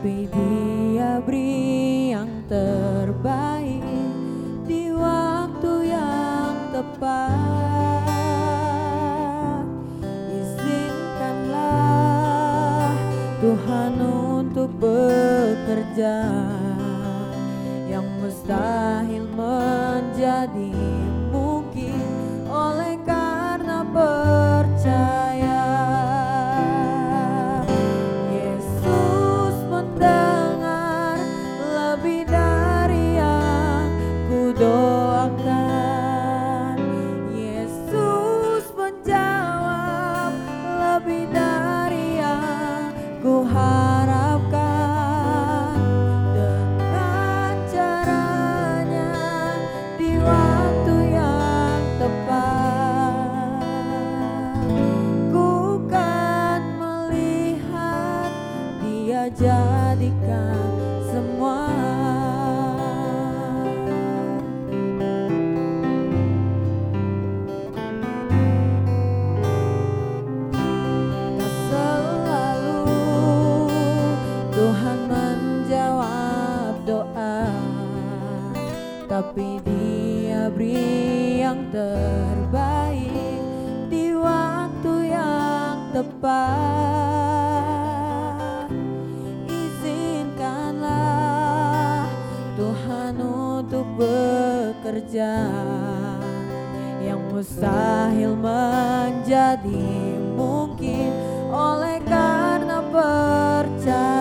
tapi Dia beri yang terbaik di waktu yang tepat. Izinkanlah Tuhan untuk bekerja, yang mustahil menjadi mungkin oleh karena percaya. Yesus mendengar lebih dari yang ku doakan. Yesus menjawab lebih dari yang ku harapkan. Dengan caranya di waktu yang tepat, ku kan melihat Dia jadikan semua. Tak selalu Tuhan menjawab doa, tapi Dia beri yang terbaik di waktu yang tepat. Izinkanlah Tuhan untuk bekerja, yang mustahil menjadi mungkin oleh karena percaya.